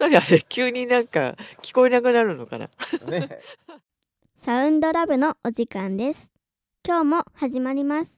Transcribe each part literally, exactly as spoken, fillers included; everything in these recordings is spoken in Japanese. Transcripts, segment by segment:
何あれ急になんか聞こえなくなるのかな。 ね。 サウンドラブのお時間です。今日も始まります。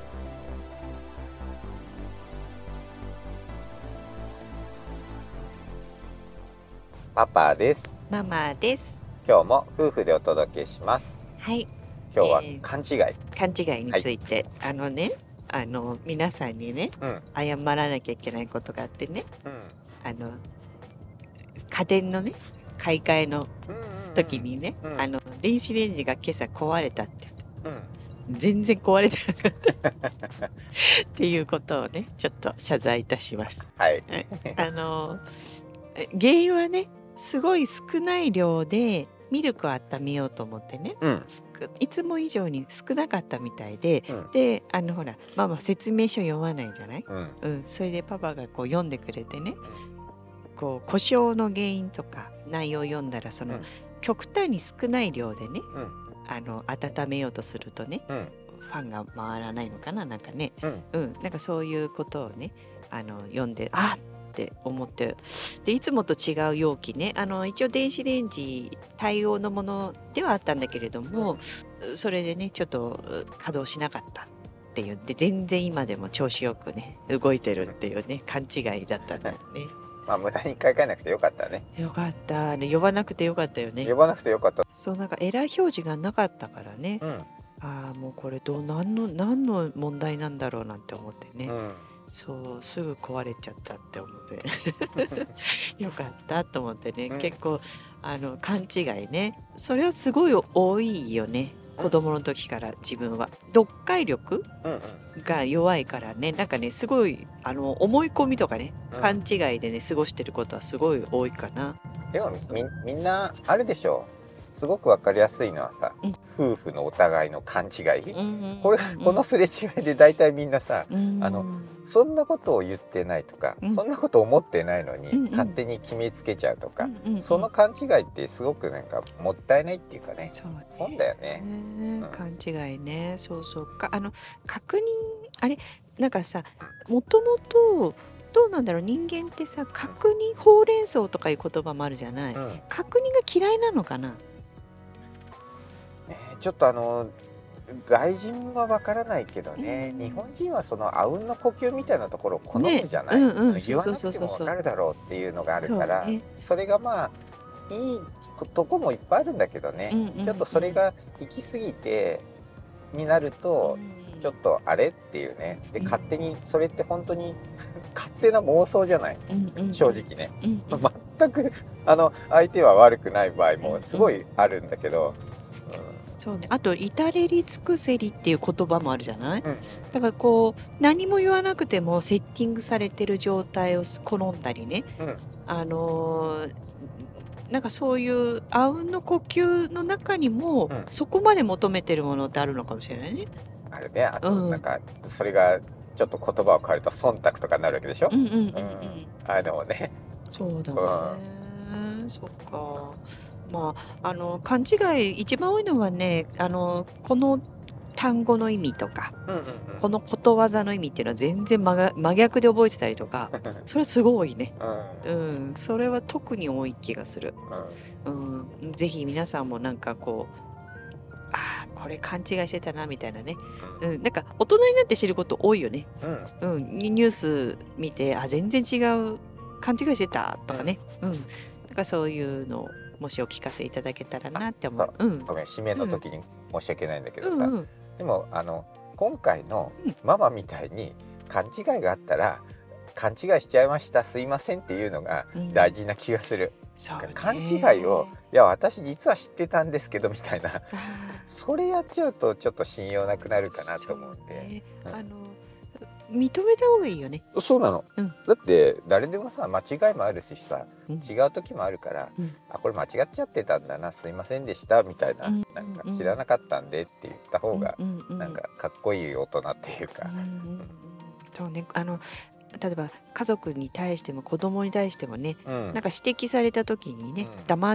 パパです。 ママです。 今日も夫婦でお届けします。 はい。 今日はえー勘違い。 勘違いについて、あのね、あの皆さんにね、 うん。 謝らなきゃいけないことがあってね、 うん。 あの家電のね、買い替えのうんうんうん。 時にね、 うんあの電子レンジが今朝壊れたって。 うん。 全然壊れてなかったっていうことをね、ちょっと謝罪いたします。 はい。 はいあのえ原因はね、すごい少ない量でミルクを温めようと思ってね、 うん。 すくいつも以上に少なかったみたいで、 うん。 で、あのほら、ママ説明書読まないじゃない？ うん。 うん、それでパパがこう読んでくれてね、こう故障の原因とか内容を読んだら、その、 うん極端に少ない量でね、 うんあの温めようとするとね、 うんファンが回らないのかな、なんかね、 うんうん、なんかそういうことをね、あの読んで、あっって思って、でいつもと違う容器ね、あの一応電子レンジ対応のものではあったんだけれども、それでねちょっと稼働しなかったって言って、全然今でも調子よくね動いてるっていうね、勘違いだったんだよね。 まあ無駄に買い替えなくてよかったね。 よかった、ね、呼ばなくてよかったよね。 呼ばなくてよかった。 そう、なんかエラー表示がなかったからね、 うん。 ああもうこれどう何の何の問題なんだろうなんて思ってね、 うん。 そうすぐ壊れちゃったって思ってよかったと思ってね、 うん結構あの勘違いね、それはすごい多いよね。子供の時から自分は読解力うんうん。 が弱いからね、なんかねすごいあの思い込みとかね、 うん勘違いでね過ごしてることはすごい多いかな。 でもそうそうみみんなあるでしょう。すごくわかりやすいのはさ、 うん夫婦のお互いの勘違い。 うんうんうんうんこれこのすれ違いで大体みんなさ、 うんあのそんなことを言ってないとか、 うんそんなこと思ってないのに、 うんうん勝手に決めつけちゃうとか、 うんうんうんその勘違いってすごくなんかもったいないっていうかね。 そうねそうだよね。 ね勘違いね、そうそうか、あの確認、あれなんかさ、もともとどうなんだろう、人間ってさ、確認ほうれん草とかいう言葉もあるじゃない、 うん。ね確認が嫌いなのかな。 えちょっとあの外人はわからないけどね、 うん日本人はそのあうんの呼吸みたいなところを好むじゃない、 ねうんうん言わなくそうそうそうそうてもわかるだろうっていうのがあるから、 そうねそれがまあいいとこもいっぱいあるんだけどね、 うんうんうんちょっとそれが行き過ぎてになると、ちょっとあれっていうね、でうん勝手にそれって本当に勝手な妄想じゃない、 うんうん正直ね。 うんうん全くあの相手は悪くない場合もすごいあるんだけど、 そうね、あと至れり尽くせりっていう言葉もあるじゃない、 うんうんだからこう何も言わなくてもセッティングされてる状態を好んだりね、 うんあのーなんかそういうあうんの呼吸の中にも、 うんそこまで求めてるものってあるのかもしれないね。 あるね。あとうんなんかそれがちょっと言葉を変えると忖度とかになるわけでしょ、 うんうんうんうん。 うんあれでもね、 そうだね。そっか。まああの勘違い一番多いのはね、あのこの単語の意味とか、 うんうんうんこのことわざの意味っていうのは全然真が真逆で覚えてたりとか、それはすごい多いね。 うんうん、それは特に多い気がする。 うんうん、ぜひ皆さんもなんかこう、ああ、これ勘違いしてたなみたいなね。うん、なんか大人になって知ること多いよね。 うんうん、ニニュース見て、あ、全然違う、勘違いしてたとかね。うん、なんかそういうのをもしお聞かせいただけたらなって思う。うん、 ごめん締めの時に申し訳ないんだけどさ、 うん、うん、 でもあの今回のうんママみたいに勘違いがあったら勘違いしちゃいましたすいませんっていうのがうん大事な気がする、 そうね。 勘違いをいや私実は知ってたんですけどみたいなあーそれやっちゃうとちょっと信用なくなるかなと思うんそうでねうんあの認めた方がいいよね。 そうなの、 うんだって誰でもさ間違いもあるしさうん違う時もあるから、 うんあこれ間違っちゃってたんだなすいませんでしたみたいな、 うんなんかうん知らなかったんでって言った方が、 うんうんなんかかっこいい大人っていうか、 うんうんうんそうね、あの例えば家族に対しても子供に対してもね、 うんなんか指摘された時にね、 うん黙っ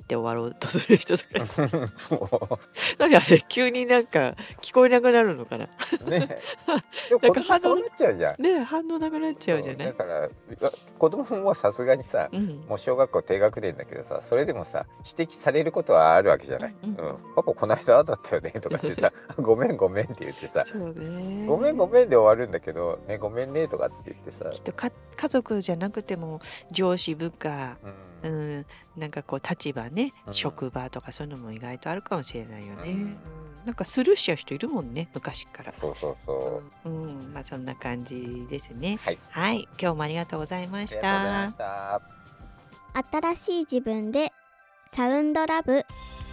って終わろうとする人とかそ何あれ急になんか聞こえなくなるのかなうね。でも子なんか反応供そうなっちゃうじゃん。 ね反応なくなっちゃうじゃない。 だからうわ子供もさすがにさ、 うんもう小学校低学年だけどさ、それでもさ指摘されることはあるわけじゃない。 ううんん、パパこの間ああだったよねとかってさごめんごめんって言ってさ、 そうねごめんごめんで終わるんだけどね、ごめんねとかって言ってさ、 きっとか家族じゃなくても上司部下、 うんうん、なんかこう立場ね、 うん職場とかそういうのも意外とあるかもしれないよね、 うんうんなんかスルーしちゃう人いるもんね昔から。 そうそうそう。 うん、うんまあそんな感じですね。 はい、 はい、今日もありがとうございましありがとうございまたし。た。 新しい自分でサウンドラブ。